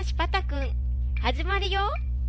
話パタくん始まるよ。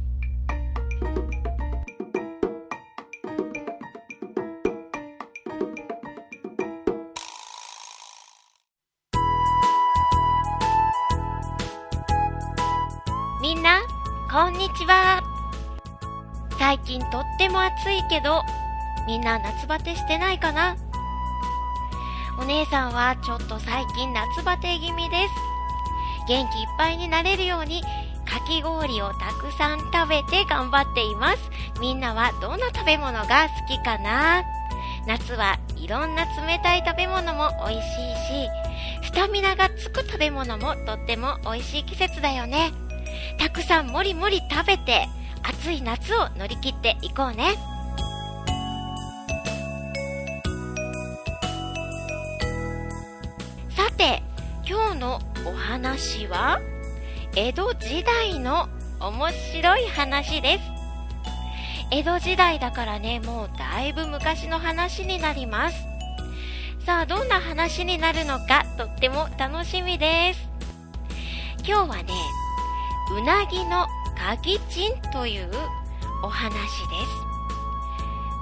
みんなこんにちは。最近とっても暑いけどみんな夏バテしてないかな。お姉さんはちょっと最近夏バテ気味です。元気いっぱいになれるようにかき氷をたくさん食べて頑張っています。みんなはどんな食べ物が好きかな。夏はいろんな冷たい食べ物も美味しいし、スタミナがつく食べ物もとっても美味しい季節だよね。たくさんもりもり食べて暑い夏を乗り切っていこうね。さて今日のお話は江戸時代の面白い話です。江戸時代だからね、もうだいぶ昔の話になります。さあどんな話になるのかとっても楽しみです。今日はね、うなぎのかぎちんというお話です。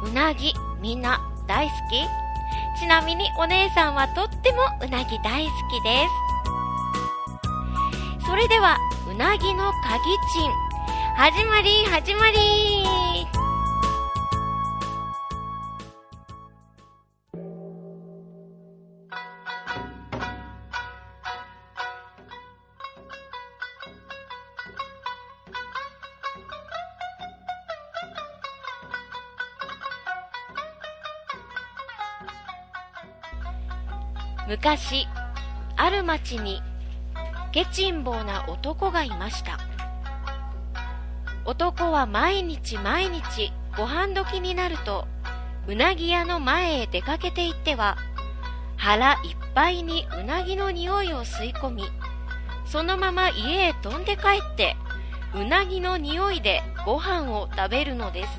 うなぎみんな大好き？ちなみにお姉さんはとってもうなぎ大好きです。それではうなぎのかぎちん始まり。昔ある町にケチンボウな男がいました。男は毎日ご飯時になるとうなぎ屋の前へ出かけていっては腹いっぱいにうなぎの匂いを吸い込み、そのまま家へ飛んで帰ってうなぎの匂いでご飯を食べるのです。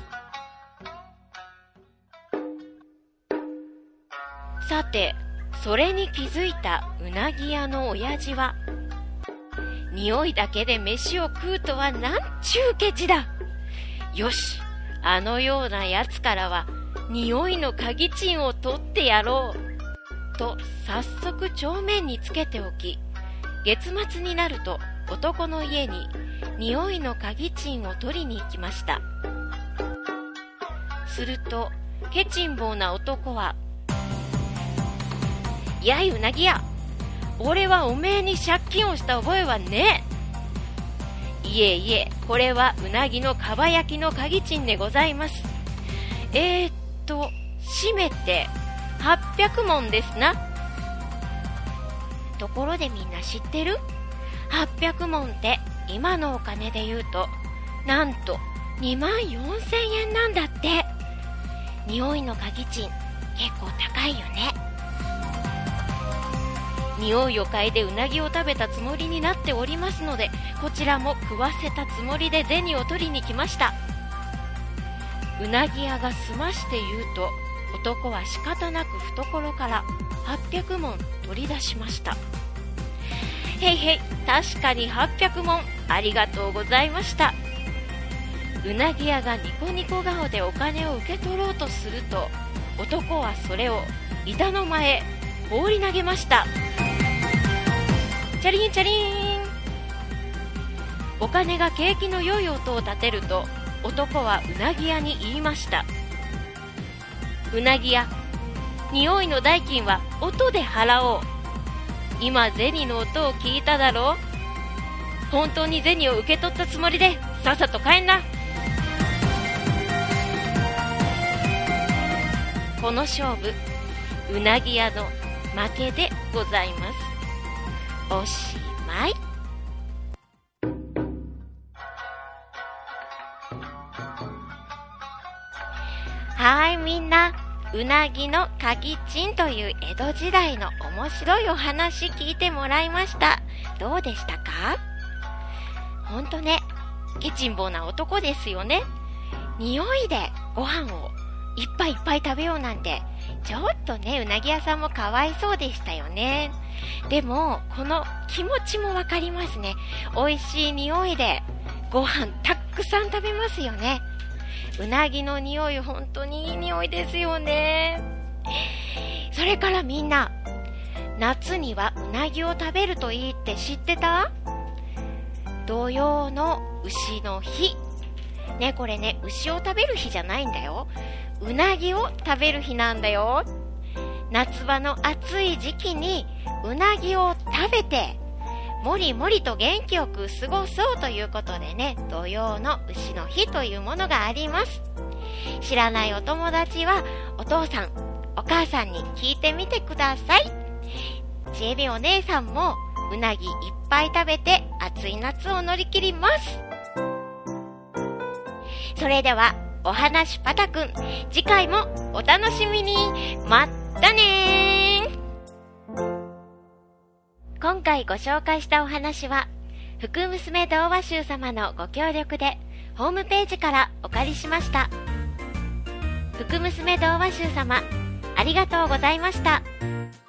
さてそれに気づいたうなぎ屋の親父は、匂いだけで飯を食うとはなんちゅうケチだ。よし、あのようなやつからは匂いのかぎちんを取ってやろうと早速帳面につけておき、月末になると男の家に匂いのかぎちんを取りに行きました。するとケチンボウな男は、やいうなぎ屋、俺はおめえに借金をした覚えはねえ。いえ、これはうなぎのかば焼きのかぎちんでございます。締めて800文ですな。ところでみんな知ってる？800文って今のお金で言うとなんと24,000円なんだって。匂いのかぎちん結構高いよね。匂いを嗅いでうなぎを食べたつもりになっておりますので、こちらも食わせたつもりで銭を取りに来ました。うなぎ屋が済まして言うと、男は仕方なく懐から800文取り出しました。へい、確かに800文ありがとうございました。うなぎ屋がニコニコ顔でお金を受け取ろうとすると、男はそれを板の間へ放り投げました。チャリン。お金が景気の良い音を立てると、男はうなぎ屋に言いました。うなぎ屋、匂いの代金は音で払おう。今銭の音を聞いただろう。本当に銭を受け取ったつもりでさっさと帰んな。この勝負、うなぎ屋の負けでございます。おしまい。はいみんな、うなぎのかぎちんという江戸時代の面白いお話聞いてもらいました。どうでしたか？ほんとね、ケチンボウな男ですよね。匂いでご飯をいっぱい食べようなんてちょっとね、うなぎ屋さんもかわいそうでしたよね。でもこの気持ちもわかりますね。美味しい匂いでご飯たくさん食べますよね。うなぎの匂い、本当にいい匂いですよね。それからみんな、夏にはうなぎを食べるといいって知ってた？土曜の牛の日ね、これね、牛を食べる日じゃないんだよ。うなぎを食べる日なんだよ。夏場の暑い時期にうなぎを食べてもりもりと元気よく過ごそうということでね、土曜の牛の日というものがあります。知らないお友達はお父さんお母さんに聞いてみてください。ちえみお姉さんもうなぎいっぱい食べて暑い夏を乗り切ります。それではお話パタくん、次回もお楽しみに。まったねー。今回ご紹介したお話は福娘童話集様のご協力でホームページからお借りしました。福娘童話集様、ありがとうございました。